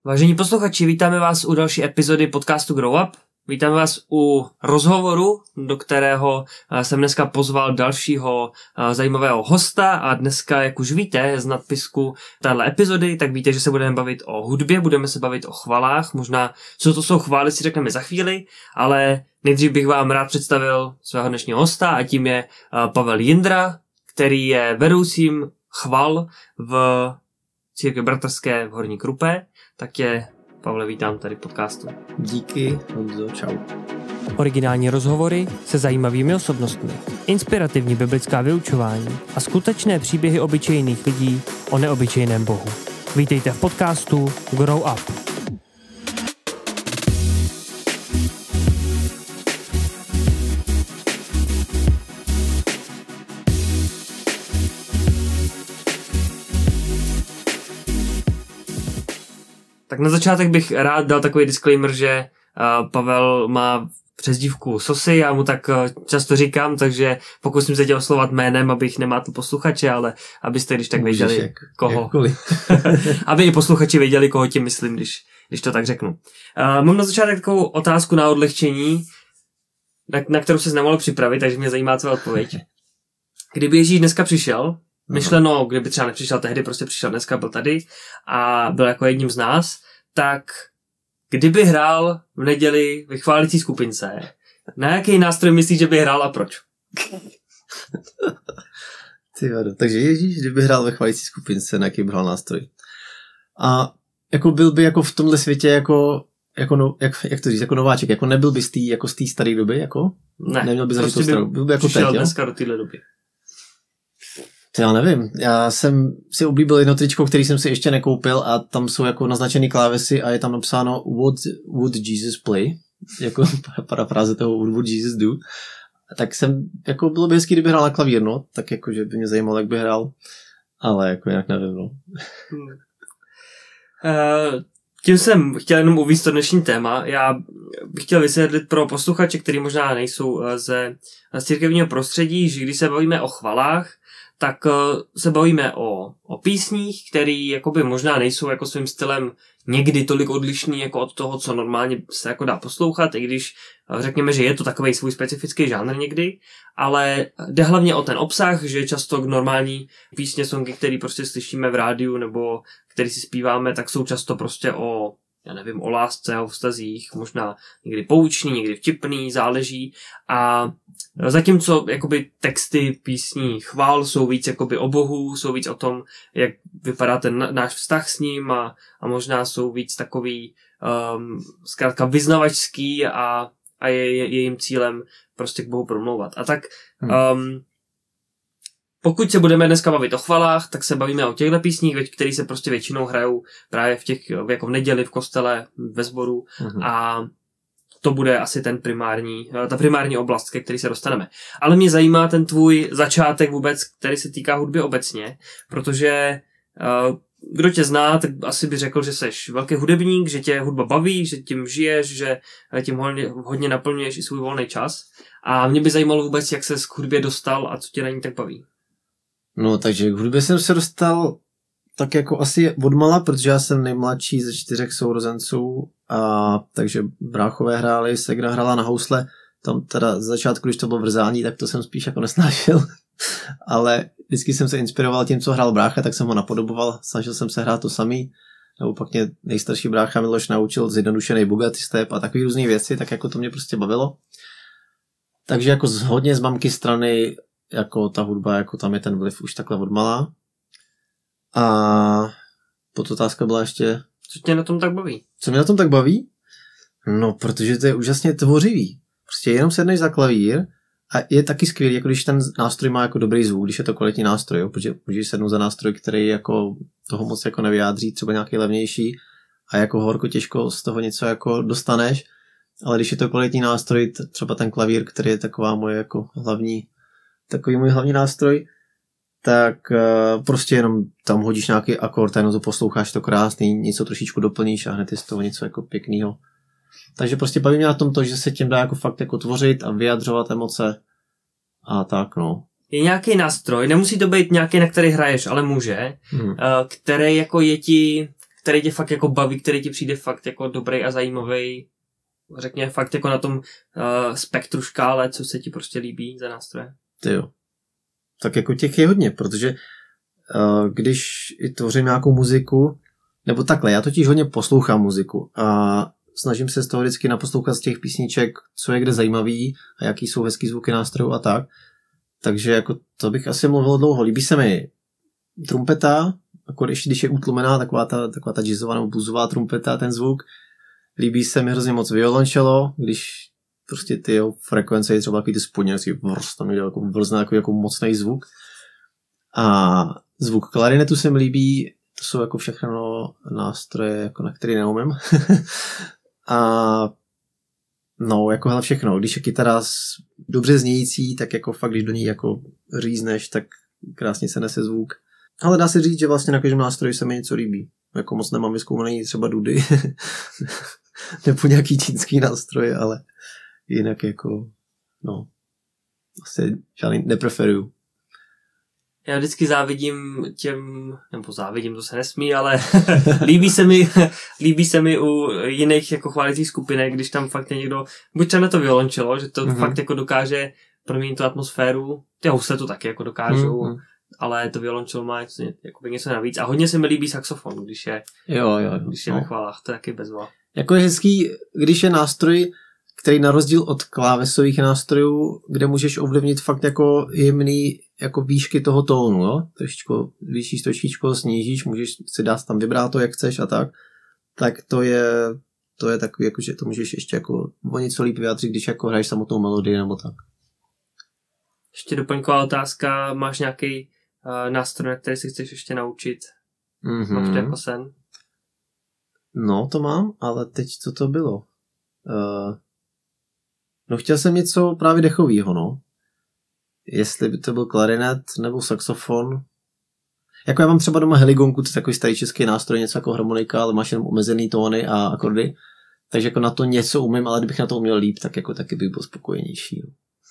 Vážení posluchači, vítáme vás u další epizody podcastu Grow Up. Vítáme vás u rozhovoru, do kterého jsem dneska pozval dalšího zajímavého hosta a dneska, jak už víte z nadpisku téhle epizody, tak víte, že se budeme bavit o hudbě, budeme se bavit o chvalách, možná co to jsou chvály si řekneme za chvíli, ale nejdřív bych vám rád představil svého dnešního hosta a tím je Pavel Jindra, který je vedoucím chval v církvi bratrské v Horní Krupé. Tak je, Pavle, vítám tady v podcastu. Díky, Honzo, čau. Originální rozhovory se zajímavými osobnostmi, inspirativní biblická vyučování a skutečné příběhy obyčejných lidí o neobyčejném Bohu. Vítejte v podcastu Grow Up. Tak na začátek bych rád dal takový disclaimer, že Pavel má přezdívku Sosy, já mu tak často říkám, takže pokusím se tě oslovat jménem, abych nemátl posluchače, ale abyste když tak věděli, koho. Aby i posluchači věděli, koho tím myslím, když to tak řeknu. Mám na začátek takovou otázku na odlehčení, na kterou se nemohl připravit, takže mě zajímá tvá odpověď. Kdyby Ježíš dneska přišel, myšleno, kdyby třeba nepřišel tehdy, prostě přišel dneska, byl tady a byl jako jedním z nás, tak kdyby hrál v neděli ve chválící skupince, na jaký nástroj myslíš, že by hrál a proč? Takže Ježíš, kdyby hrál ve chválící skupince, na jaký by hrál nástroj? A jako byl by jako v tomhle světě jak to říct, jako nováček, jako nebyl by z té staré doby, jako? Ne, neměl by zažít prostě starou, byl by jako teď, jo? Dneska do téhle doby. To já nevím, já jsem si oblíbil jedno tričko, který jsem si ještě nekoupil a tam jsou jako naznačený klávesy a je tam napsáno What would Jesus play? Jako parafráze toho What would Jesus do? Tak jako bylo by hezký, kdyby hrál na klavír, no, tak jako, že by mě zajímalo, jak by hrál, ale jako jinak nevím, no. Tím jsem chtěl jenom uvést to dnešní téma. Já bych chtěl vysvětlit pro posluchače, kteří možná nejsou z církevního prostředí, že když se bavíme o chvalách, tak se bavíme o písních, které jakoby možná nejsou jako svým stylem někdy tolik odlišný jako od toho, co normálně se jako dá poslouchat, i když řekněme, že je to takovej svůj specifický žánr někdy, ale jde hlavně o ten obsah, že často normální písně, songy, které prostě slyšíme v rádiu nebo které si zpíváme, tak jsou často prostě o lásce, o vztazích, možná někdy poučný, někdy vtipný, záleží. A zatímco jakoby texty písní chvál jsou víc jakoby o Bohu, jsou víc o tom, jak vypadá ten náš vztah s ním a možná jsou víc takový zkrátka vyznavačský a je jejím cílem prostě k Bohu promlouvat. A tak pokud se budeme dneska bavit o chvalách, tak se bavíme o těchto písních, které se prostě většinou hrajou právě jako v neděli, v kostele, ve sboru a to bude asi ta primární oblast, ke který se dostaneme. Ale mě zajímá ten tvůj začátek vůbec, který se týká hudby obecně, protože kdo tě zná, tak asi by řekl, že seš velký hudebník, že tě hudba baví, že tím žiješ, že tím hodně naplňuješ i svůj volný čas. A mě by zajímalo vůbec, jak ses k hudbě dostal a co tě na ní tak baví. No, takže k hudbě jsem se dostal tak jako asi odmala, protože já jsem nejmladší ze 4 sourozenců a takže bráchové hráli, segra hrála na housle, tam teda z začátku, když to bylo vrzání, tak to jsem spíš jako nesnášel, ale vždycky jsem se inspiroval tím, co hrál brácha, tak jsem ho napodoboval, snažil jsem se hrát to samý, nebo pak mě nejstarší brácha Miloš naučil zjednodušený bugatti step a takový různý věci, tak jako to mě prostě bavilo. Takže jako hodně z mamky strany jako ta hudba, jako tam je ten vliv už takhle odmala. A podotázka byla ještě... Co tě na tom tak baví? Co mě na tom tak baví? No, protože to je úžasně tvořivý. Prostě jenom sedneš za klavír a je taky skvělý, jako když ten nástroj má jako dobrý zvuk, když je to kvalitní nástroj, jo, protože můžeš sednout za nástroj, který jako toho moc jako nevyjádří, třeba nějaký levnější a jako horko těžko z toho něco jako dostaneš, ale když je to kvalitní nástroj, třeba ten klavír, který je takový můj hlavní nástroj, tak prostě jenom tam hodíš nějaký akord a jenom to posloucháš, to krásný, něco trošičku doplníš a hned je z toho něco jako pěknýho. Takže prostě baví mě na tom to, že se tím dá jako fakt jako tvořit a vyjadřovat emoce a tak, no. Je nějaký nástroj, nemusí to být nějaký, na který hraješ, ale může, který jako je ti který tě fakt jako baví, který ti přijde fakt jako dobrý a zajímavý, řekněme fakt jako na tom spektru škále, co se ti prostě líbí za nástroje? Jo. Tak jako těch je hodně, protože když tvořím nějakou muziku, nebo takhle, já totiž hodně poslouchám muziku a snažím se z toho vždycky naposlouchat z těch písniček, co je kde zajímavý a jaký jsou hezký zvuky nástrojů a tak. Takže jako to bych asi mluvil dlouho. Líbí se mi trumpeta, jako když je utlumená taková ta jazzová nebo bluesová trumpeta, ten zvuk. Líbí se mi hrozně moc violoncello, když prostě ty frekvence je třeba takový ty spodně, tam jde jako mocný zvuk. A zvuk klarinetu se mi líbí, to jsou jako všechno nástroje, jako na který neumím. A no, jako hele všechno. Když je kytara dobře znějící, tak jako fakt, když do ní jako řízneš, tak krásně se nese zvuk. Ale dá se říct, že vlastně na každém nástroji se mi něco líbí. Jako moc nemám vyzkoumaný třeba dudy. Nebo nějaký čínský nástroje, ale jinak jako, no, asi žádný nepreferuju. Já vždycky závidím nebo závidím, to se nesmí, ale líbí se mi u jiných jako chválicích skupinek, když tam fakt je někdo, buď třeba na to violoncello, že to fakt jako dokáže proměnit tu atmosféru, ty housle to taky jako dokážou, ale to violoncello má něco navíc. A hodně se mi líbí saxofon, když je ve chválách, to je taky bezva. Jako je hezký, když je nástroj, který na rozdíl od klávesových nástrojů, kde můžeš ovlivnit fakt jako jemný jako výšky toho tónu, jo? Trošičku zvýšíš, trošičku snížíš, můžeš si dát tam vibráto, jak chceš a tak to je takový, jako, že to můžeš ještě jako o něco líp vyjádřit, když jako hraješ samotnou melodii nebo tak. Ještě doplňková otázka, máš nějaký nástroj, na který si chceš ještě naučit? Máš to jako sen? No, to mám, ale teď co to bylo? No chtěl jsem něco právě dechovýho, no. Jestli by to byl klarinet nebo saxofon. Jako já mám třeba doma heligonku, to je takový starý český nástroj, něco jako harmonika, ale máš jenom omezený tóny a akordy. Takže jako na to něco umím, ale kdybych na to uměl líp, tak jako taky bych byl spokojenější.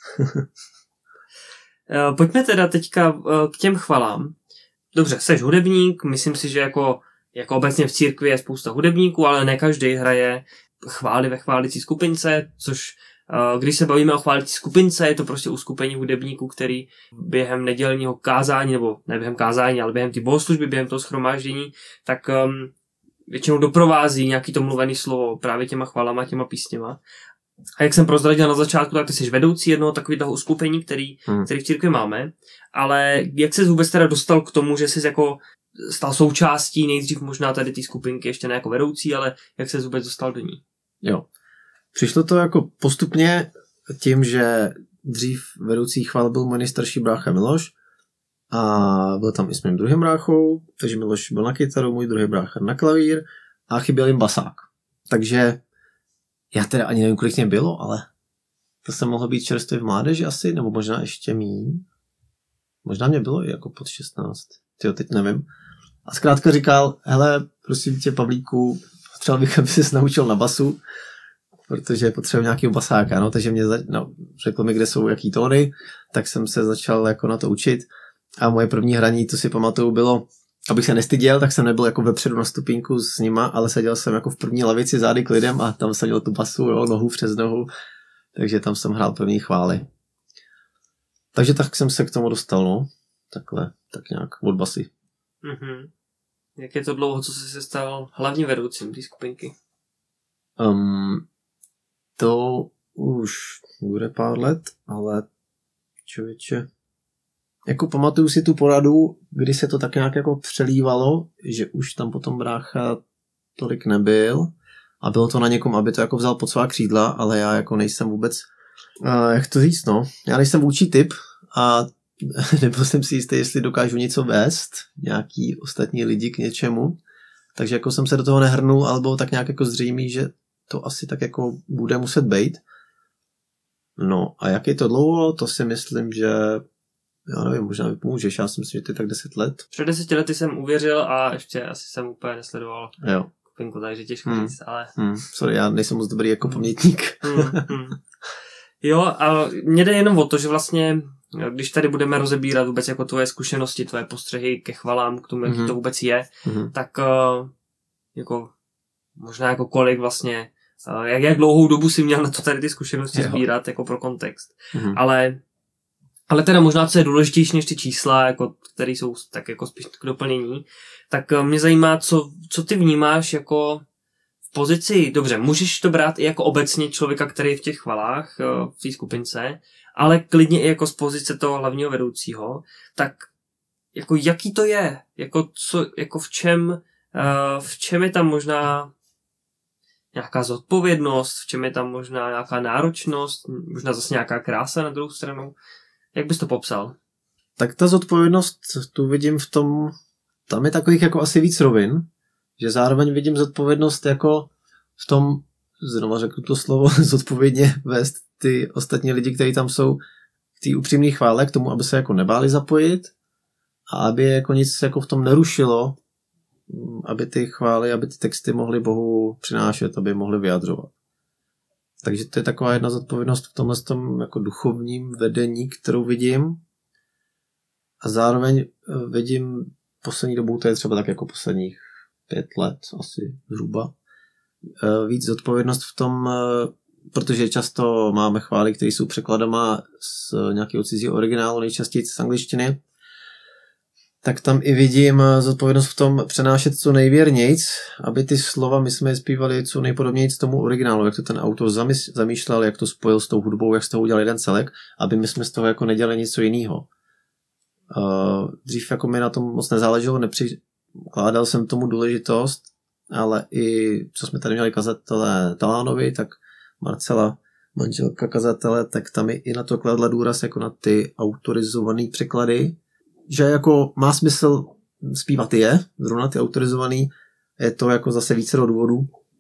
Pojďme teda teďka k těm chvalám. Dobře, seš hudebník, myslím si, že jako obecně v církvi je spousta hudebníků, ale ne každý hraje chvály ve chválicí skupince, což když se bavíme o chválicí skupince, je to prostě uskupení hudebníků, který během nedělního kázání, nebo ne během kázání, ale během ty bohoslužby, během toho shromáždění, tak většinou doprovází nějaký to mluvený slovo právě těma chválama, těma písněma. A jak jsem prozradil na začátku, tak ty jsi vedoucí jednoho takového uskupení, který v církvi máme, ale jak jsi vůbec teda dostal k tomu, že jsi jako stal součástí nejdřív možná tady té skupinky, ještě ne jako vedoucí, ale jak jsi vůbec dostal do ní? Jo. Přišlo to jako postupně tím, že dřív vedoucí chvál byl můj nejstarší brácha Miloš a byl tam i s mým druhým bráchou, takže Miloš byl na kytaru, můj druhý brácha na klavír a chyběl jim basák. Takže já teda ani nevím, kolik mě bylo, ale to jsem mohl být čerstvě v mládeži asi, nebo možná ještě míň. Možná mě bylo i jako pod 16. Tyjo, teď nevím. A zkrátka říkal, hele, prosím tě, Pavlíku, potřeboval bych, aby ses naučil na basu, protože potřebuji nějakého basáka, no, takže mě řekl mi, kde jsou jaký tóny, tak jsem se začal jako na to učit a moje první hraní, to si pamatuju, bylo, abych se nestyděl, tak jsem nebyl jako vepředu na stupínku s nima, ale seděl jsem jako v první lavici zády k lidem a tam seděl tu basu, jo, nohu přes nohu, takže tam jsem hrál první chvály. Takže tak jsem se k tomu dostal, no, takhle, tak nějak od basy. Mm-hmm. Jak je to dlouho, co jsi se stal hlavním vedoucím té skupinky? To už bude pár let, ale člověče, jako pamatuju si tu poradu, kdy se to tak nějak jako přelívalo, že už tam potom brácha tolik nebyl a bylo to na někom, aby to jako vzal pod svá křídla, ale já jako nejsem vůbec, jak to říct, no, já nejsem vůči typ a nebyl jsem si jistý, jestli dokážu něco vést, nějaký ostatní lidi k něčemu, takže jako jsem se do toho nehrnul, ale bylo tak nějak jako zřejmý, že to asi tak jako bude muset být. No a jak je to dlouho, to si myslím, že já nevím, možná mi pomůžeš, já si myslím, že to je tak 10 let. Před 10 lety jsem uvěřil a ještě asi jsem úplně nesledoval kupinku, takže těžko říct, ale... Sorry, já nejsem moc dobrý jako pamětník. Jo, a mně jde jenom o to, že vlastně, když tady budeme rozebírat vůbec jako tvoje zkušenosti, tvoje postřehy ke chvalám, k tomu, jaký to vůbec je, tak jako možná jako kolik vlastně, jak dlouhou dobu si měl na to tady ty zkušenosti sbírat, jako pro kontext. Ale teda možná, co je důležitější než ty čísla, jako, které jsou tak jako spíš k doplnění, tak mě zajímá, co ty vnímáš jako v pozici, dobře, můžeš to brát i jako obecně člověka, který je v těch chvalách, v té skupince, ale klidně i jako z pozice toho hlavního vedoucího, tak jako jaký to je, jako co, jako v čem je tam možná nějaká zodpovědnost, v čem je tam možná nějaká náročnost, možná zase nějaká krása na druhou stranu. Jak bys to popsal? Tak ta zodpovědnost tu vidím v tom, tam je takových jako asi víc rovin, že zároveň vidím zodpovědnost jako v tom, znova řeknu to slovo, zodpovědně vést ty ostatní lidi, kteří tam jsou v té upřímné chvále, k tomu, aby se jako nebáli zapojit a aby jako nic jako v tom nerušilo, aby ty chvály, aby ty texty mohly Bohu přinášet, aby mohly vyjadřovat. Takže to je taková jedna zodpovědnost v tomhle tom jako duchovním vedení, kterou vidím. A zároveň vidím poslední dobou, to je třeba tak jako posledních 5 let asi zhruba, víc zodpovědnost v tom, protože často máme chvály, které jsou překladama z nějakého cizího originálu, nejčastěji z angličtiny, tak tam i vidím zodpovědnost v tom přenášet co nejvěrnějc, aby ty slova my jsme je zpívali co nejpodobnějc tomu originálu, jak to ten autor zamýšlel, jak to spojil s tou hudbou, jak z toho udělal jeden celek, aby my jsme z toho jako nedělali něco jiného. Dřív jako mi na tom moc nezáleželo, nepřikládal jsem tomu důležitost, ale i co jsme tady měli kazatele Talánovi, tak Marcela, manželka kazatele, tak tam i na to kladla důraz jako na ty autorizované překlady, že jako má smysl zpívat zrovna ty autorizovaný, je to jako zase více důvodů.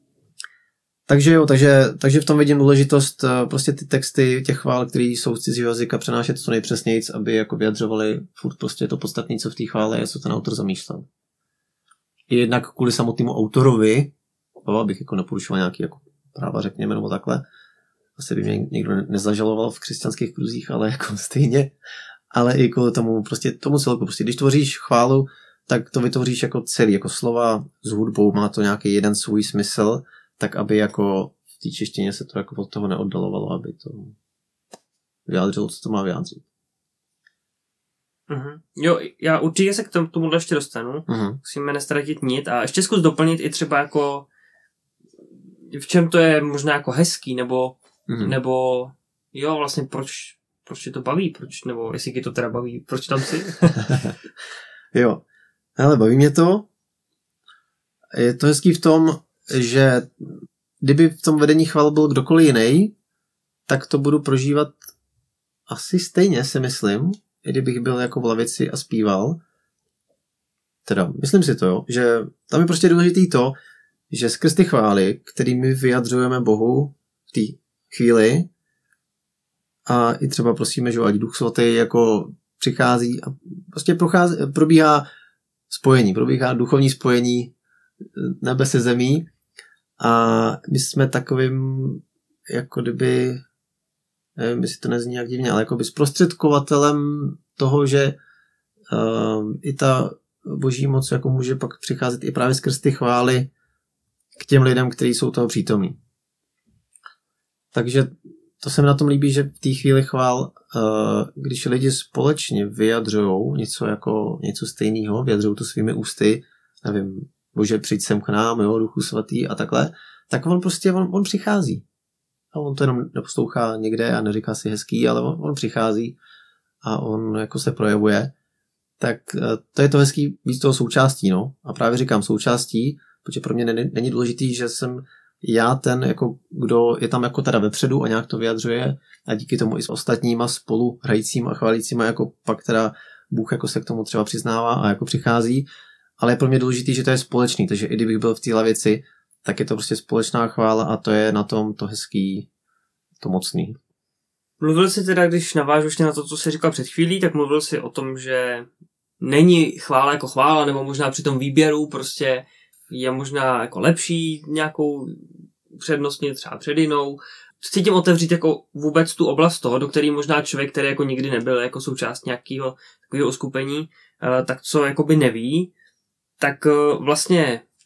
Takže jo, takže v tom vidím důležitost prostě ty texty těch chvál, které jsou z cizího jazyka, přenášet co nejpřesnějc, aby jako vyjadřovali furt prostě to podstatné, co v té chvále je, co ten autor zamýšlel. I jednak kvůli samotnému autorovi, abych jako neporušoval nějaký jako práva, řekněme, nebo takhle. Asi by mě někdo nezažaloval v křesťanských kruzích, ale jako stejně. Ale i kvůli tomu, prostě tomu celku. Prostě, když tvoříš chválu, tak to vytvoříš jako celý, jako slova s hudbou, má to nějaký jeden svůj smysl, tak aby jako v té češtině se to jako od toho neoddalovalo, aby to vyjádřilo, co to má vyjádřit. Mm-hmm. Jo, já určitě se k tomu ještě dostanu. Mm-hmm. Musíme nestratit nit a ještě zkus doplnit i třeba jako v čem to je možná jako hezký, nebo jo, vlastně proč tě to baví, nebo jestli tě to teda baví, proč tam jsi? Jo, ale baví mě to. Je to hezký v tom, že kdyby v tom vedení chval byl kdokoliv jiný, tak to budu prožívat asi stejně, si myslím, i kdybych byl jako v lavici a zpíval. Teda, myslím si to, jo, že tam je prostě důležitý to, že skrz ty chvály, kterými vyjadřujeme Bohu v té chvíli, a i třeba prosíme, že ať Duch Svatý jako přichází a prostě probíhá duchovní spojení nebe se zemí a my jsme takovým jako kdyby, nevím, jestli to nezní jak divně, ale jako by zprostředkovatelem toho, že i ta boží moc jako může pak přicházet i právě skrz ty chvály k těm lidem, kteří jsou toho přítomní. Takže to se mi na tom líbí, že v té chvíli chvál, když lidi společně vyjadřují něco stejného, vyjadřují to svými ústy, nevím, Bože, přijď sem k nám, jo, Duchu Svatý a takhle, tak on prostě, on přichází. A on to jenom neposlouchá někde a neříká si hezký, ale on přichází a on jako se projevuje. Tak to je to hezký víc toho součástí, no. A právě říkám součástí, protože pro mě není důležitý, že jsem já ten, jako kdo je tam jako teda vepředu a nějak to vyjadřuje a díky tomu i s ostatníma spolu hrajícíma a chválícíma jako pak teda Bůh jako se k tomu třeba přiznává a jako přichází, ale je pro mě důležitý, že to je společný, takže i kdybych byl v té lavici, tak je to prostě společná chvála a to je na tom to hezký, to mocný. Mluvil jsi teda, když navážu ještě na to, co jsi říkal před chvílí, tak mluvil jsi o tom, že není chvála jako chvála, nebo možná při tom výběru prostě je možná jako lepší nějakou přednostně třeba před jinou. Chci tím otevřít jako vůbec tu oblast toho, do který možná člověk, který jako nikdy nebyl jako součást nějakého takového uskupení, tak co jakoby neví, tak vlastně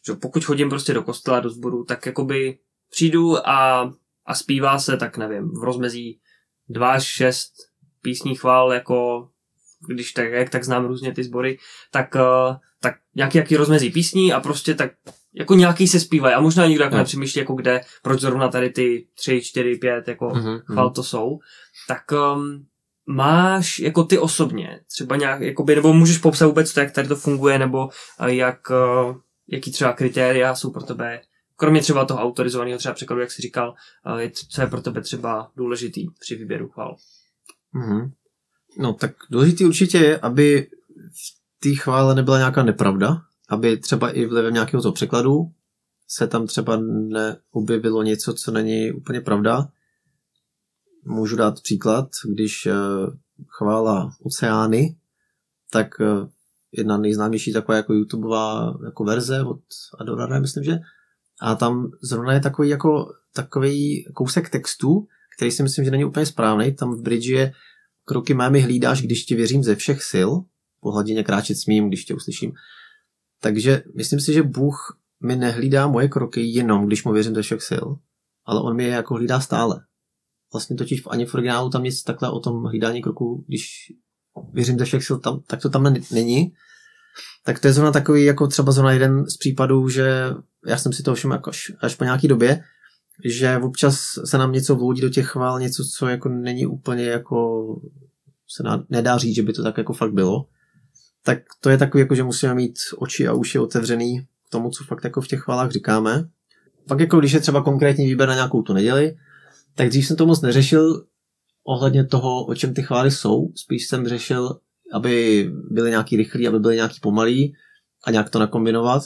že pokud chodím prostě do kostela, do sboru, tak jakoby přijdu a zpívá se, tak nevím, v rozmezí 2 až 6 písní chvál, jako když tak znám různě ty sbory, tak nějaký rozmezí písní a prostě tak jako nějaký se zpívají a možná nikdo jako nepřemýšlí, jako kde, proč zrovna tady ty 3, 4, 5 jako chval to jsou, tak máš jako ty osobně třeba nějak, jakoby, nebo můžeš popsat vůbec to, jak tady to funguje, nebo jaký třeba kritéria jsou pro tebe, kromě třeba toho autorizovaného třeba překladu, jak jsi říkal, co je pro tebe třeba důležitý při výběru chval. No tak důležitý určitě je, aby v té chvále nebyla nějaká nepravda, aby třeba i vlivem nějakého toho překladu se tam třeba neobjevilo něco, co není úplně pravda. Můžu dát příklad, když chvála Oceány, tak jedna nejznámější taková jako YouTubeová jako verze od Adorare, myslím, že. A tam zrovna je takový kousek textu, který si myslím, že není úplně správný. Tam v bridge je kroky mé mi hlídáš, když ti věřím ze všech sil. Po hladině kráčet smím, když tě uslyším. Takže myslím si, že Bůh mi nehlídá moje kroky jenom, když mu věřím ze všech sil, ale on mi je jako hlídá stále. Vlastně totiž ani v originálu tam nic takhle o tom hlídání kroků, když věřím ze všech sil, tak to tam není. Tak to je zrovna takový, jako třeba zrovna jeden z případů, že já jsem si to všiml jako až po nějaký době, že občas se nám něco vloudí do těch chvál, něco, co jako není úplně jako se nedá říct, že by to tak jako fakt bylo. Tak to je takový, jako že musíme mít oči a uši otevřený k tomu, co fakt jako v těch chválách říkáme. Pak jako když je třeba konkrétní výběr na nějakou tu neděli, tak dřív jsem to moc neřešil ohledně toho, o čem ty chvály jsou. Spíš jsem řešil, aby byly nějaký rychlý, aby byly nějaký pomalý a nějak to nakombinovat.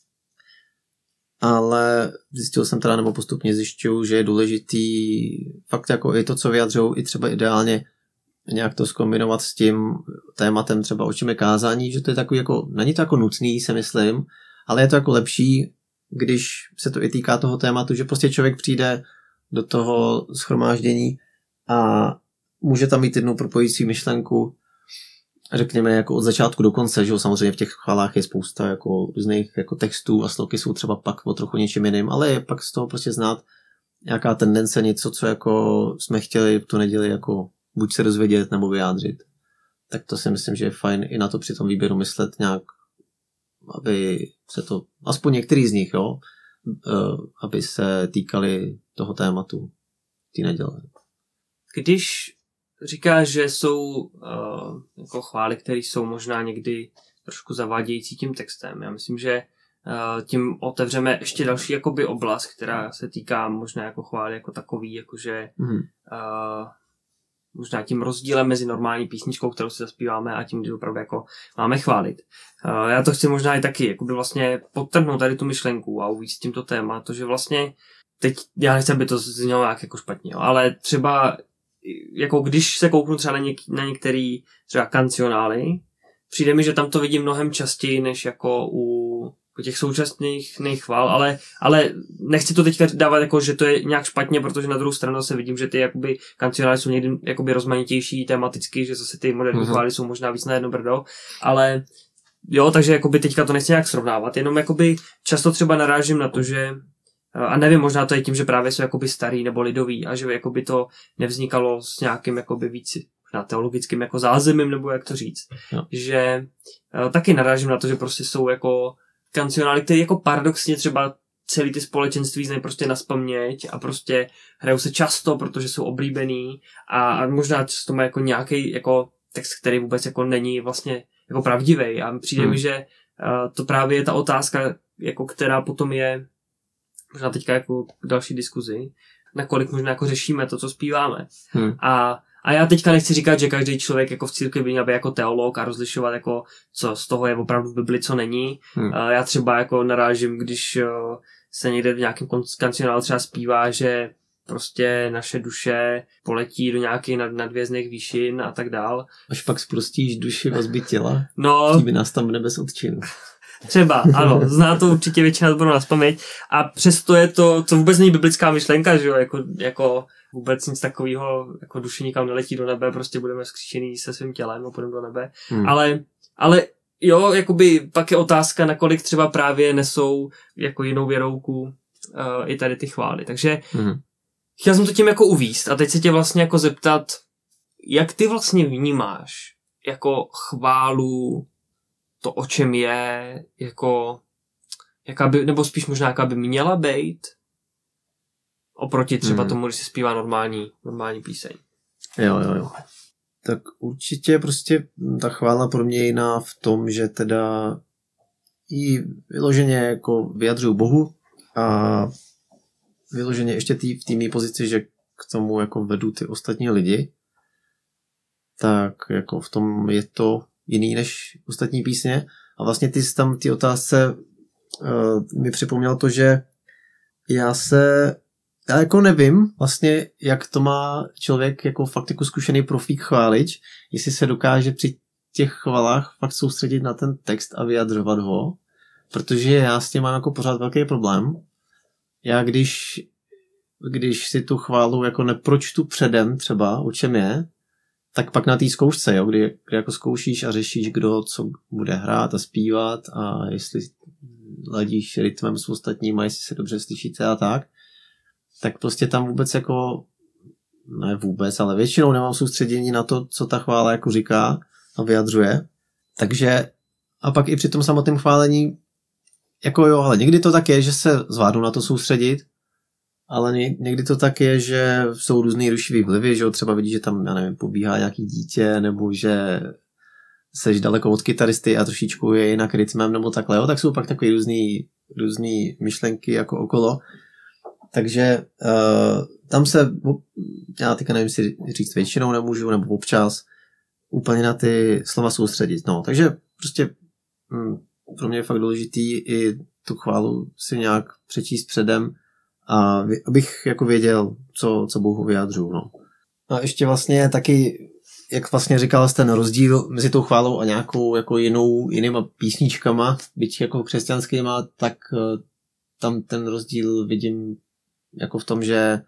Ale zjistil jsem teda, nebo postupně zjišťuju, že je důležitý fakt jako i to, co vyjadřují, i třeba ideálně nějak to zkombinovat s tím tématem třeba o čem je kázání, že to je takový jako, není to jako nutný, se myslím, ale je to jako lepší, když se to i týká toho tématu, že prostě člověk přijde do toho shromáždění a může tam mít jednu propojící myšlenku, řekněme jako od začátku do konce, že jo, samozřejmě v těch chválách je spousta jako různých jako textů a sloky jsou třeba pak o trochu něčím jiným, ale je pak z toho prostě znát nějaká tendence, něco, co jako jsme chtěli v tu neděli jako buď se dozvědět nebo vyjádřit. Tak to si myslím, že je fajn i na to při tom výběru myslet nějak, aby se to, aspoň některý z nich, jo, aby se týkali toho tématu té neděle. Když říkáš, že jsou jako chvály, které jsou možná někdy trošku zavádějící tím textem, já myslím, že tím otevřeme ještě další jakoby oblast, která se týká možná jako chvály jako takový, jakože možná tím rozdílem mezi normální písničkou, kterou si zaspíváme a tím, kdy opravdu jako máme chválit. Já to chci možná i taky jakoby vlastně podtrhnout tady tu myšlenku a uvíct tímto téma, to, že vlastně teď, já nechci, aby to znělo nějak jako špatně, jo, ale třeba jako když se kouknu třeba na některé třeba kancionály, přijde mi, že tam to vidím mnohem častěji, než jako u těch současných chvál, ale nechci to teďka dávat jako, že to je nějak špatně, protože na druhou stranu se vidím, že ty jakoby kancionály jsou někdy jakoby rozmanitější tematicky, že zase ty moderní chvály jsou možná víc na jedno brdo, ale jo, takže jakoby teďka to nechci nějak srovnávat, jenom jakoby často třeba narážím na to, že a nevím, možná to je tím, že právě jsou jakoby starý nebo lidový a že jakoby to nevznikalo s nějakým jakoby víc na teologickým jako zázemím, nebo jak to říct. No. Že taky narážím na to, že prostě jsou jako kancionály, které jako paradoxně třeba celý ty společenství znají prostě naspaměť a prostě hrajou se často, protože jsou oblíbený a možná často má jako nějaký jako text, který vůbec jako není vlastně jako pravdivý a přijde mi, že to právě je ta otázka, jako která potom je možná teďka jako k další diskuzi, nakolik možná jako řešíme to, co zpíváme. A já teďka nechci říkat, že každý člověk jako v církvi by měl být jako teolog a rozlišovat jako co z toho je opravdu v Bibli, co není. Já třeba jako narážím, když se někde v nějakém kancionálu třeba zpívá, že prostě naše duše poletí do nějakých nadvězných výšin a tak dál. Až pak sprostíš duši vazby těla, no, tím by nás tam nebes odčinu. Třeba, ano, zná to určitě většina zboru nazpaměť a přesto je to, co vůbec není biblická myšlenka, že jo, jako vůbec nic takového, jako duše nikam neletí do nebe, prostě budeme vzkříšený se svým tělem a půjdeme do nebe, ale jo, jakoby pak je otázka, nakolik třeba právě nesou jako jinou věrouku i tady ty chvály. Takže chtěl jsem to tím jako uvíct a teď se tě vlastně jako zeptat, jak ty vlastně vnímáš jako chválu, to o čem je, jako jaká by, nebo spíš možná jaká by měla být oproti třeba tomu, když se zpívá normální píseň. Jo. Tak určitě prostě ta chvála pro mě je jiná v tom, že teda ji vyloženě jako vyjadřuju Bohu a vyloženě ještě v té mý pozici, že k tomu jako vedu ty ostatní lidi, tak jako v tom je to jiný než ostatní písně. A vlastně ty jsi tam ty otázce mi připomněl to, že já jako nevím vlastně, jak to má člověk jako fakt jako zkušený profík chválič, jestli se dokáže při těch chvalách fakt soustředit na ten text a vyjadřovat ho, protože já s tím mám jako pořád velký problém. Já když si tu chválu jako nepročtu předem třeba, o čem je, tak pak na té zkoušce, jo, kdy jako zkoušíš a řešíš, kdo co bude hrát a zpívat a jestli ladíš rytmem s ostatníma, jestli se dobře slyšíte a tak prostě tam vůbec jako, ne vůbec, ale většinou nemám soustředění na to, co ta chvála jako říká a vyjadřuje. Takže a pak i při tom samotném chválení jako jo, ale někdy to tak je, že se zvládnu na to soustředit, ale někdy to tak je, že jsou různý rušivý vlivy, že jo, třeba vidíš, že tam, já nevím, pobíhá nějaký dítě, nebo že seš daleko od kytaristy a trošičku je jinak rytmem, nebo takhle, jo, tak jsou pak takový různý myšlenky jako okolo. Takže tam se, já teďka nevím si říct, většinou nemůžu, nebo občas úplně na ty slova soustředit. No, takže prostě pro mě je fakt důležitý i tu chválu si nějak přečíst předem a abych jako věděl, co Bohu vyjadřuju. No. A ještě vlastně taky, jak vlastně říkal jsi, ten rozdíl mezi tou chválou a nějakou jako jinýma písničkama, byť jako křesťanskýma, tak tam ten rozdíl vidím jako v tom, že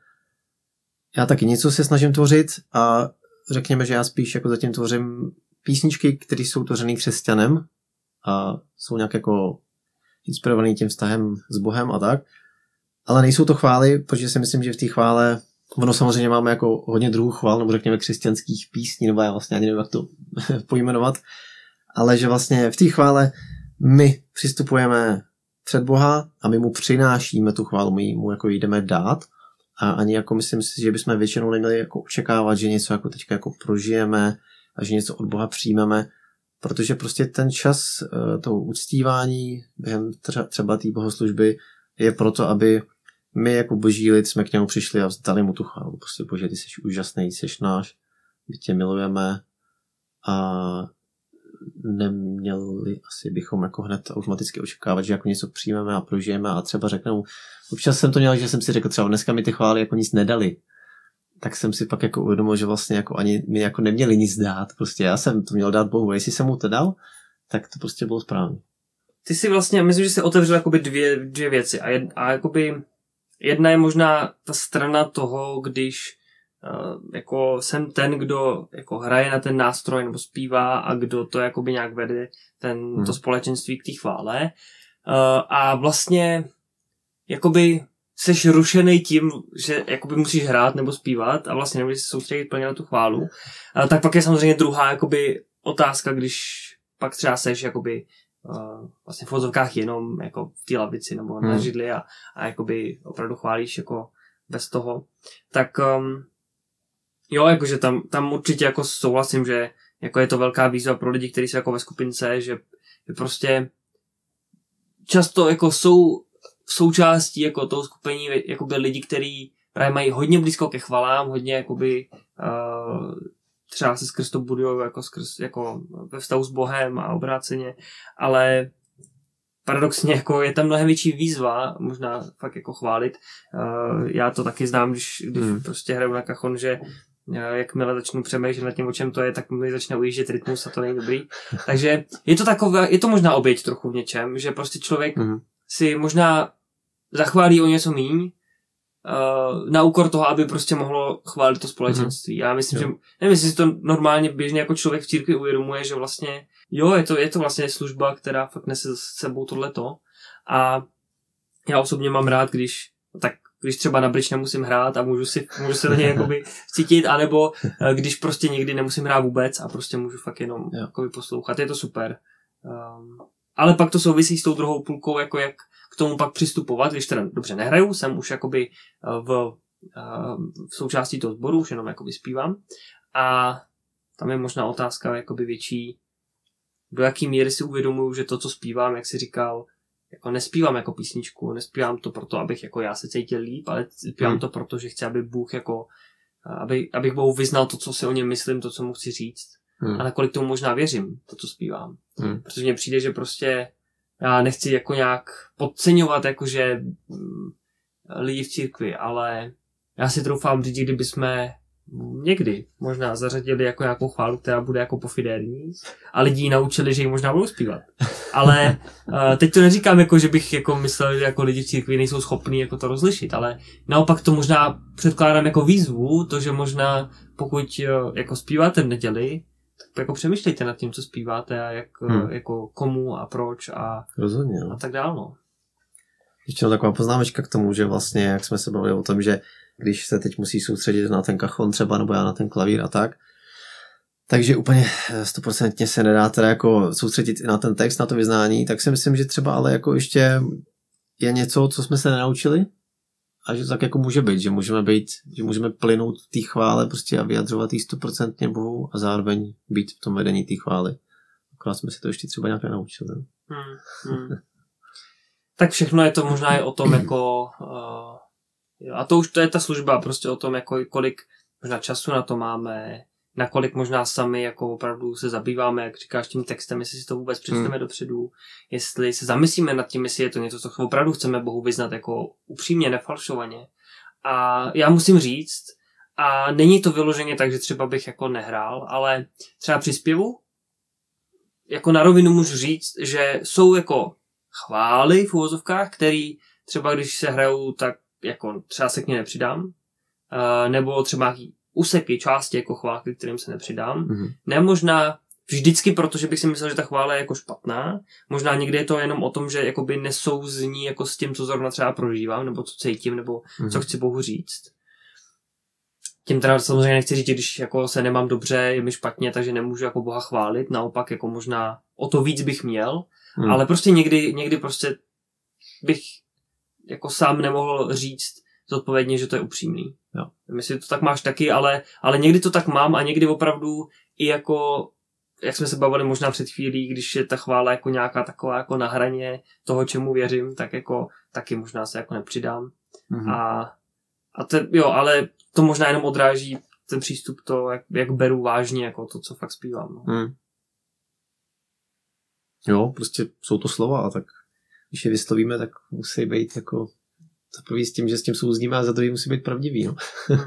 já taky něco se snažím tvořit a řekněme, že já spíš jako zatím tvořím písničky, které jsou tvořený křesťanem a jsou nějak jako inspirovaný tím vztahem s Bohem a tak, ale nejsou to chvály, protože si myslím, že v té chvále, ono samozřejmě máme jako hodně druhů chvál, nebo řekněme křesťanských písní, nebo já vlastně ani nevím, jak to pojmenovat, ale že vlastně v té chvále my přistupujeme před Boha a my mu přinášíme tu chválu, my mu jako jdeme dát a ani jako myslím si, že bychom většinou neměli jako očekávat, že něco jako teďka jako prožijeme a že něco od Boha přijmeme, protože prostě ten čas toho uctívání během třeba té bohoslužby je proto, aby my jako boží lid jsme k němu přišli a vzdali mu tu chválu. Prostě Bože, ty jsi úžasný, jsi náš, my tě milujeme a neměli asi bychom jako hned automaticky očekávat, že jako něco přijmeme a prožijeme a třeba řeknou, občas jsem to měl, že jsem si řekl třeba dneska mi ty chvály jako nic nedali. Tak jsem si pak jako uvědomil, že vlastně jako ani mi jako neměli nic dát. Prostě já jsem to měl dát Bohu. A jestli jsem mu to dal, tak to prostě bylo správně. Ty si vlastně, myslím, že jsi otevřel jakoby dvě věci. A jakoby jedna je možná ta strana toho, když jako jsem ten, kdo jako hraje na ten nástroj nebo zpívá a kdo to jakoby nějak vede to společenství k té chvále. A vlastně jakoby seš rušený tím, že jakoby musíš hrát nebo zpívat a vlastně nemůžeš se soustředit plně na tu chválu. Tak pak je samozřejmě druhá jakoby otázka, když pak třeba seš jakoby vlastně v vozovkách jenom jako v té lavici nebo na židli a jakoby opravdu chválíš jako bez toho. Tak jo, jakože tam určitě jako souhlasím, že jako je to velká výzva pro lidi, kteří jsou jako ve skupince, že prostě často jako jsou v součástí jako toho skupení jakoby lidi, kteří právě mají hodně blízko ke chvalám, hodně jakoby třeba se skrz to budujou jako ve vztahu s Bohem a obráceně, ale paradoxně jako je tam mnohem větší výzva, možná fakt jako chválit. Já to taky znám, když prostě hraju na kachon, že jakmile začnu přemýšlet nad tím, o čem to je, tak mi začne ujíždět rytmus a to není dobrý. Takže je to možná oběť trochu v něčem, že prostě člověk si možná zachválí o něco míň, na úkor toho, aby prostě mohlo chválit to společenství. Já myslím, že nevím, jestli si to normálně běžně jako člověk v církvi uvědomuje, že vlastně Jo, je to vlastně služba, která fakt nese s sebou tohleto. A já osobně mám rád, když třeba na bridge nemusím hrát a můžu se do něj jakoby cítit, anebo když prostě nikdy nemusím hrát vůbec a prostě můžu fakt jenom jakoby poslouchat. Je to super. Ale pak to souvisí s tou druhou půlkou, jako jak k tomu pak přistupovat, když teda dobře nehraju, jsem už jakoby v součástí toho sboru, už jenom jakoby zpívám. A tam je možná otázka jakoby větší, do jaký míry si uvědomuju, že to, co zpívám, jak jsi říkal, jako nespívám jako písničku, nespívám to proto, abych jako já se cítil líp, ale zpívám to proto, že chci, aby Bůh jako, abych Bohu vyznal to, co si o něm myslím, to, co mu chci říct. A nakolik tomu možná věřím, to, co zpívám. Protože mně přijde, že prostě já nechci jako nějak podceňovat jakože lidi v církvi, ale já si troufám říct, kdyby jsme někdy možná zařadili jako nějakou chválu, která bude jako pofidérní a lidi naučili, že ji možná budou zpívat. Ale teď to neříkám jako, že bych jako myslel, že jako lidi v církvi nejsou schopní jako to rozlišit, ale naopak to možná předkládám jako výzvu, to, že možná pokud jako zpíváte v neděli, tak jako přemýšlejte nad tím, co zpíváte a jak, jako komu a proč a, rozhodně, a tak dál. No. Ještě taková poznámečka k tomu, že vlastně, jak jsme se bavili o tom, že když se teď musí soustředit na ten kachon třeba, nebo já na ten klavír a tak, takže úplně 100% se nedá teda jako soustředit i na ten text, na to vyznání, tak si myslím, že třeba ale jako ještě je něco, co jsme se nenaučili a že to tak jako může být, že můžeme plynout v té chvále prostě a vyjadřovat jí 100% Bohu a zároveň být v tom vedení té chvály. Akorát jsme si to ještě třeba nějak nenaučili. Tak všechno je to možná i o tom jako a to je ta služba prostě o tom, jako kolik možná času na to máme, nakolik možná sami jako opravdu se zabýváme, jak říkáš, tím textem, jestli si to vůbec přečteme dopředu, jestli se zamyslíme nad tím, jestli je to něco, co opravdu chceme Bohu vyznat jako upřímně, nefalšovaně. A já musím říct, a není to vyloženě tak, že třeba bych jako nehrál, ale třeba při zpěvu jako na rovinu můžu říct, že jsou jako chvály v uvozovkách, který třeba když se hrajou, tak jako třeba se k ně nepřidám, nebo třeba úseky, části jako chválky, kterým se nepřidám. Ne možná vždycky, protože bych si myslel, že ta chvála je jako špatná. Možná někdy je to jenom o tom, že jakoby nesouzní jako s tím, co zrovna třeba prožívám, nebo co cítím, nebo co chci Bohu říct. Tím teda samozřejmě nechci říct, když jako se nemám dobře, je mi špatně, takže nemůžu jako Boha chválit. Naopak jako možná o to víc bych měl, ale prostě někdy prostě bych jako sám nemohl říct zodpovědně, že to je upřímný. Jo. Myslím, že to tak máš taky, ale někdy to tak mám a někdy opravdu i jako, jak jsme se bavili možná před chvílí, když je ta chvála jako nějaká taková jako na hraně toho, čemu věřím, tak jako taky možná se jako nepřidám. Ale to možná jenom odráží ten přístup to, jak beru vážně jako to, co fakt zpívám. No. Jo, prostě jsou to slova a tak když je vyslovíme, tak musí být jako za prvý s tím, že s tím souzníme a za druhý musí být pravdivý, no.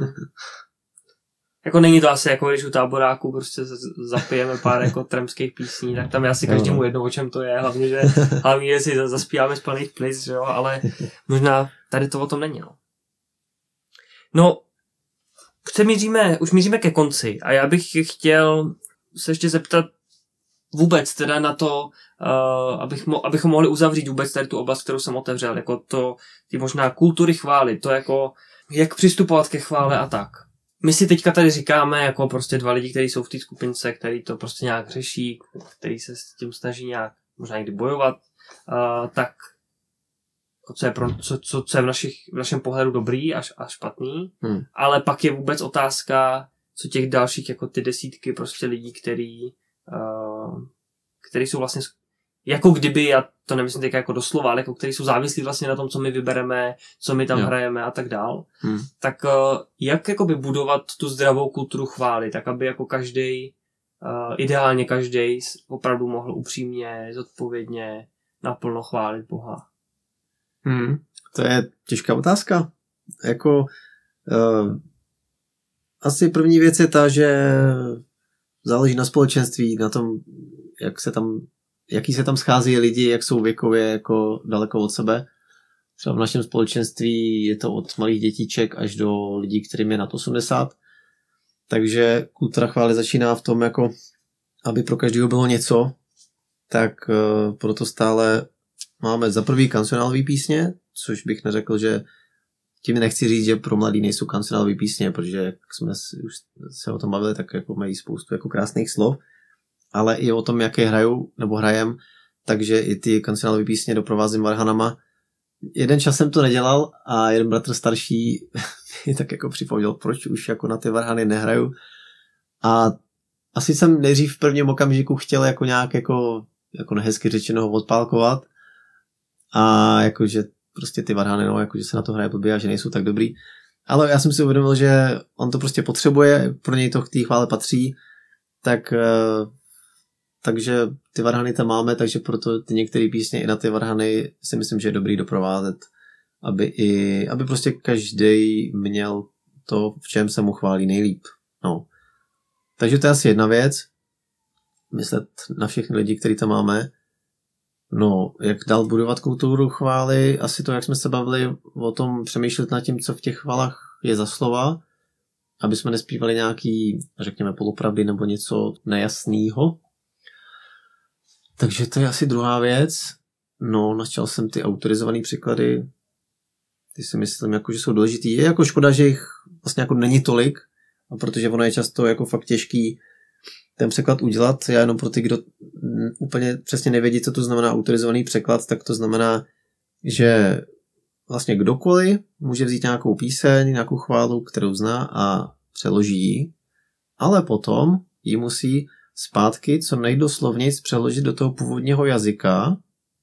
Jako není to asi jako když u táboráku prostě zapijeme pár jako tremských písní, tak tam je asi každému jedno, o čem to je, hlavně, že si zaspíváme z plných plic, že jo, ale možná tady to o tom není, no. No, už míříme ke konci a já bych chtěl se ještě zeptat vůbec teda na to, abychom mohli uzavřít vůbec tady tu oblast, kterou jsem otevřel, jako to, ty možná kultury chvály, to jako, jak přistupovat ke chvále a tak. My si teďka tady říkáme jako prostě dva lidi, kteří jsou v té skupince, který to prostě nějak řeší, který se s tím snaží nějak možná někdy bojovat, tak co je v našem pohledu dobrý a špatný, ale pak je vůbec otázka, co těch dalších jako ty desítky prostě lidí, který jsou vlastně jako kdyby, já to nemyslím teď jako doslova, ale jako který jsou závislí vlastně na tom, co my vybereme, co my tam hrajeme a tak dál. Tak jak jakoby budovat tu zdravou kulturu chvály, tak aby jako ideálně každý opravdu mohl upřímně, zodpovědně, naplno chválit Boha. To je těžká otázka. Jako asi první věc je ta, že záleží na společenství, na tom, jaký se tam schází lidi, jak jsou věkově jako daleko od sebe. Třeba v našem společenství je to od malých dětíček až do lidí, kterým je nad 80. Takže kultura chvály začíná v tom, jako, aby pro každého bylo něco, tak proto stále máme za prvý kancionálové písně, což bych neřekl, že tím nechci říct, že pro mladý nejsou kancionálové písně, protože jak jsme už se o tom bavili, tak jako mají spoustu jako krásných slov, ale i o tom, jak je hrajou nebo hrajem, takže i ty kancionálové písně doprovázím varhanama. Jeden čas jsem to nedělal a jeden bratr starší mi tak jako připomněl, proč už jako na ty varhany nehraju. A asi jsem nejdřív v prvním okamžiku chtěl jako nějak jako nehezky řečeno ho odpálkovat a jakože prostě ty varhany, no, jakože se na to hraje blbě a že nejsou tak dobrý. Ale já jsem si uvědomil, že on to prostě potřebuje, pro něj to k té chvále patří, takže ty varhany tam máme, takže proto ty některé písně i na ty varhany si myslím, že je dobrý doprovázet, aby prostě každý měl to, v čem se mu chválí nejlíp. No. Takže to je asi jedna věc, myslet na všechny lidi, který tam máme. No, jak dál budovat kulturu chvály, asi to, jak jsme se bavili o tom, přemýšlet nad tím, co v těch chválách je za slova, aby jsme nespívali nějaký, řekněme, polopravdy nebo něco nejasného. Takže to je asi druhá věc. No, načal jsem ty autorizované překlady. Ty si myslím, jako, že jsou důležitý. Je jako škoda, že jich vlastně jako není tolik, a protože ono je často jako fakt těžký ten překlad udělat. Já jenom pro ty, kdo úplně přesně nevědí, co to znamená autorizovaný překlad, tak to znamená, že vlastně kdokoliv může vzít nějakou píseň, nějakou chválu, kterou zná a přeloží ji, ale potom ji musí zpátky co nejdoslovněji přeložit do toho původního jazyka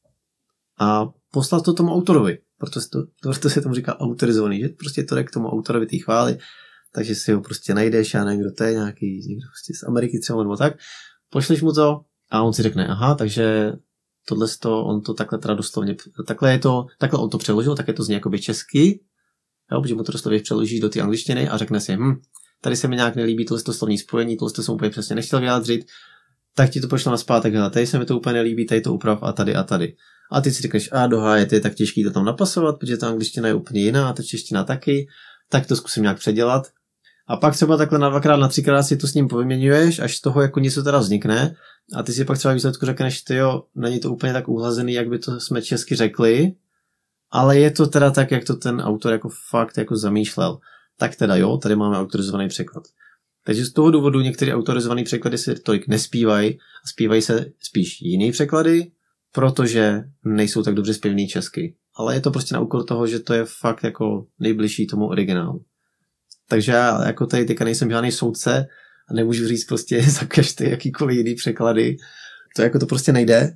a poslat to tomu autorovi. Proto se tomu říká autorizovaný, že prostě to jde k tomu autorovi té chvály, takže si ho prostě najdeš, já nevím, kdo to je, někdo prostě z Ameriky třeba nebo tak, pošleš mu to a on si řekne, aha, takže on to takhle teda doslovně, takhle on to přeložil, tak je to zní jakoby česky, jo, protože mu to doslovně přeložíš do té angličtiny a řekne si, tady se mi nějak nelíbí tohle slovní spojení, tohle jsem úplně přesně nechtěl vyjádřit, tak ti to pošlo nazpátek, tady se mi to úplně nelíbí, tady to uprav a tady a tady. A ty si řekneš, doháje, je tak těžký to tam napasovat, protože ta angličtina je úplně jiná a ta čeština taky, tak to zkusím nějak předělat. A pak třeba takhle na 2x, na 3x si to s ním povyměňuješ, až z toho jako něco teda vznikne a ty si pak třeba výsledku řekneš, tyjo, není to úplně tak uhlazený, jak by to jsme česky řekli, ale je to teda tak, jak to ten autor jako fakt jako zamýšlel. Tak teda jo, tady máme autorizovaný překlad. Takže z toho důvodu některé autorizované překlady se tolik nespívají a zpívají se spíš jiný překlady, protože nejsou tak dobře zpěvný česky. Ale je to prostě na úkor toho, že to je fakt jako nejbližší tomu originálu. Takže já jako tady teďka nejsem žádný soudce a nemůžu říct prostě za každý jakýkoliv jiný překlady. To jako to prostě nejde,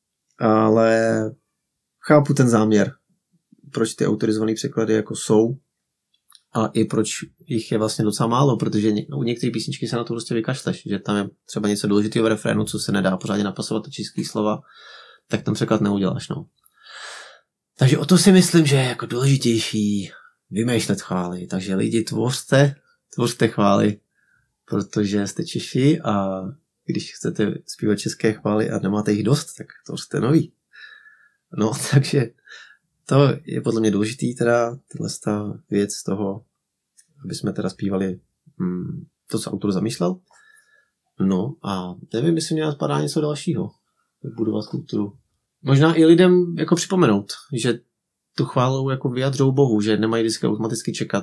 ale chápu ten záměr, proč ty autorizované překlady jako jsou a i proč jich je vlastně docela málo, protože u některé písničky se na to prostě vykašleš, že tam je třeba něco důležitého v refrénu, co se nedá pořádně napasovat do český slova, tak ten překlad neuděláš, no. Takže o to si myslím, že je jako důležitější vymýšlet chvály. Takže lidi, tvořte chvály, protože jste Češi a když chcete zpívat české chvály a nemáte jich dost, tak tvořte nový. No, takže to je podle mě důležitý, teda tato věc z toho, aby jsme teda zpívali to, co autor zamýšlel. No a nevím, jestli mě napadá něco dalšího, jak budovat kulturu. Možná i lidem jako připomenout, že tu chválu jako vyjadřou Bohu, že nemají vždycky automaticky čekat,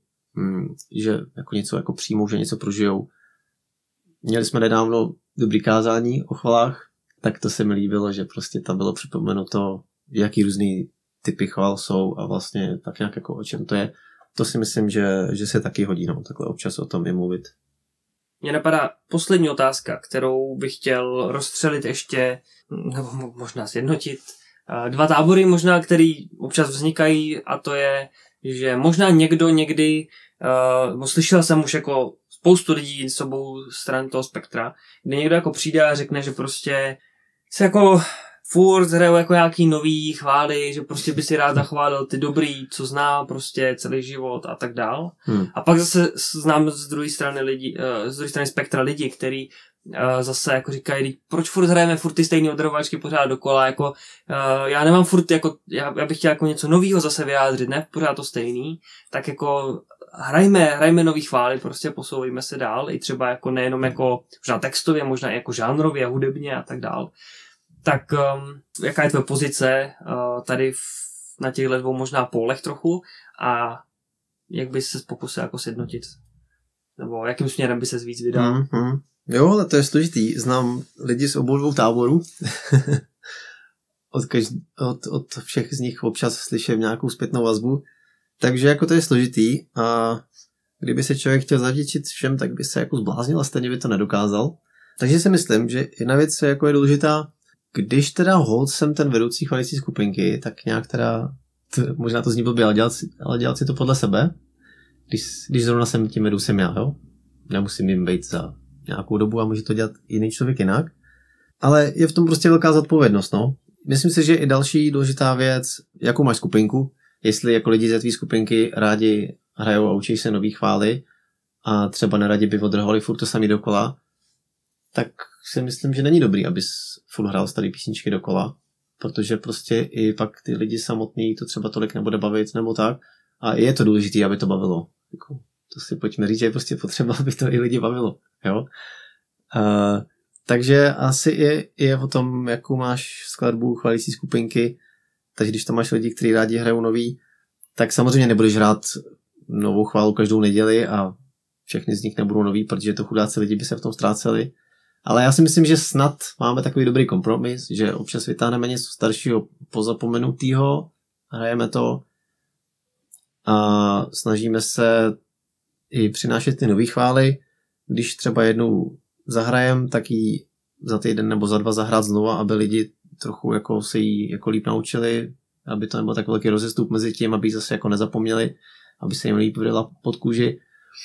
že jako něco jako přijmou, že něco prožijou. Měli jsme nedávno dobrý kázání o chvalách, tak to se mi líbilo, že prostě tam bylo připomenuto, jaký různý typy chval jsou a vlastně tak nějak jako o čem to je. To si myslím, že se taky hodí, no, takhle občas o tom i mluvit. Mně napadá poslední otázka, kterou bych chtěl rozstřelit ještě, nebo možná sjednotit. Dva tábory možná, který občas vznikají, a to je, že možná někdo někdy, slyšel jsem už jako spoustu lidí s obou stran toho spektra, kde někdo jako přijde a řekne, že prostě se jako furt hrajou jako nějaký nový chvály, že prostě by si rád zachválil ty dobrý, co zná prostě celý život a tak dál. A pak zase znám z druhé strany lidi, z druhé strany spektra lidi, který zase jako říkají, proč furt hrajeme furt ty stejné odrovačky pořád dokola, jako já nemám furt, jako já bych chtěl jako něco novýho zase vyjádřit, ne pořád to stejný, tak jako hrajme nový chvály, prostě posouvejme se dál, i třeba jako nejenom jako možná textově, možná jako žánrově, hudebně a tak dál. Tak jaká je tvoje pozice tady na těchto dvou možná pólech trochu a jak bys se pokusil jako sjednotit? Nebo jakým směrem by se víc vydal? Jo, ale to je složitý. Znám lidi z obou dvou táborů. od všech z nich občas slyším nějakou zpětnou vazbu. Takže jako to je složitý a kdyby se člověk chtěl zavděčit všem, tak by se jako zbláznil a stejně by to nedokázal. Takže si myslím, že jedna věc je důležitá, když teda holt jsem ten vedoucí chvalicí skupinky, tak nějak teda, možná to zní blbě, ale dělat si to podle sebe, když zrovna jsem tím vedoucím já, jo? Nemusím jim být za nějakou dobu a může to dělat jiný člověk jinak. Ale je v tom prostě velká zodpovědnost, no. Myslím si, že i další důležitá věc, jakou máš skupinku, jestli jako lidi ze tvý skupinky rádi hrajou a učí se nový chvály a třeba neradi by odrhovali furt to samý dokola, tak si myslím, že není dobrý, abys furt hrál starý písničky dokola, protože prostě i pak ty lidi samotný to třeba tolik nebude bavit nebo tak a je to důležité, aby to bavilo. Jako, to si pojďme říct, že je prostě potřeba, aby to i lidi bavilo. Jo? Takže asi je o tom, jakou máš skladbu chvalící skupinky, takže když tam máš lidi, kteří rádi hrajou nový, tak samozřejmě nebudeš hrát novou chválu každou neděli a všechny z nich nebudou nový, protože to chudáci lidi by se v tom ztráceli. Ale já si myslím, že snad máme takový dobrý kompromis, že občas vytáhneme něco staršího, pozapomenutýho, hrajeme to a snažíme se i přinášet ty nový chvály. Když třeba jednou zahrajem, tak ji za týden nebo za 2 zahrát znova, aby lidi trochu jako se jí jako líp naučili, aby to nebyl tak velký rozestup mezi tím, aby ji zase jako nezapomněli, aby se jim líp vydala pod kůži.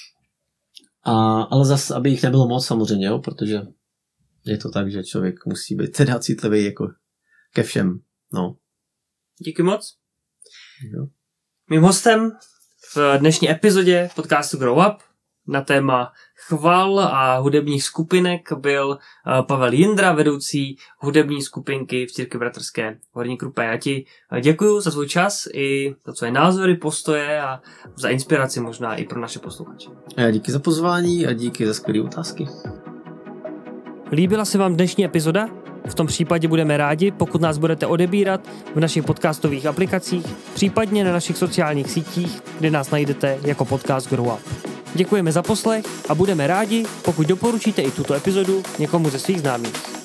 Ale zase, aby jich nebylo moc samozřejmě, jo, protože je to tak, že člověk musí být teda citlivý jako ke všem. No. Díky moc. Jo. Mým hostem v dnešní epizodě podcastu Grow Up na téma chval a hudebních skupinek byl Pavel Jindra, vedoucí hudební skupinky v Církvi bratrské Horní Krupé. Já ti děkuju za svůj čas i za tvoje názory, postoje a za inspiraci možná i pro naše posluchače. Já díky za pozvání a díky za skvělé otázky. Líbila se vám dnešní epizoda? V tom případě budeme rádi, pokud nás budete odebírat v našich podcastových aplikacích, případně na našich sociálních sítích, kde nás najdete jako podcast Grow Up. Děkujeme za poslech a budeme rádi, pokud doporučíte i tuto epizodu někomu ze svých známých.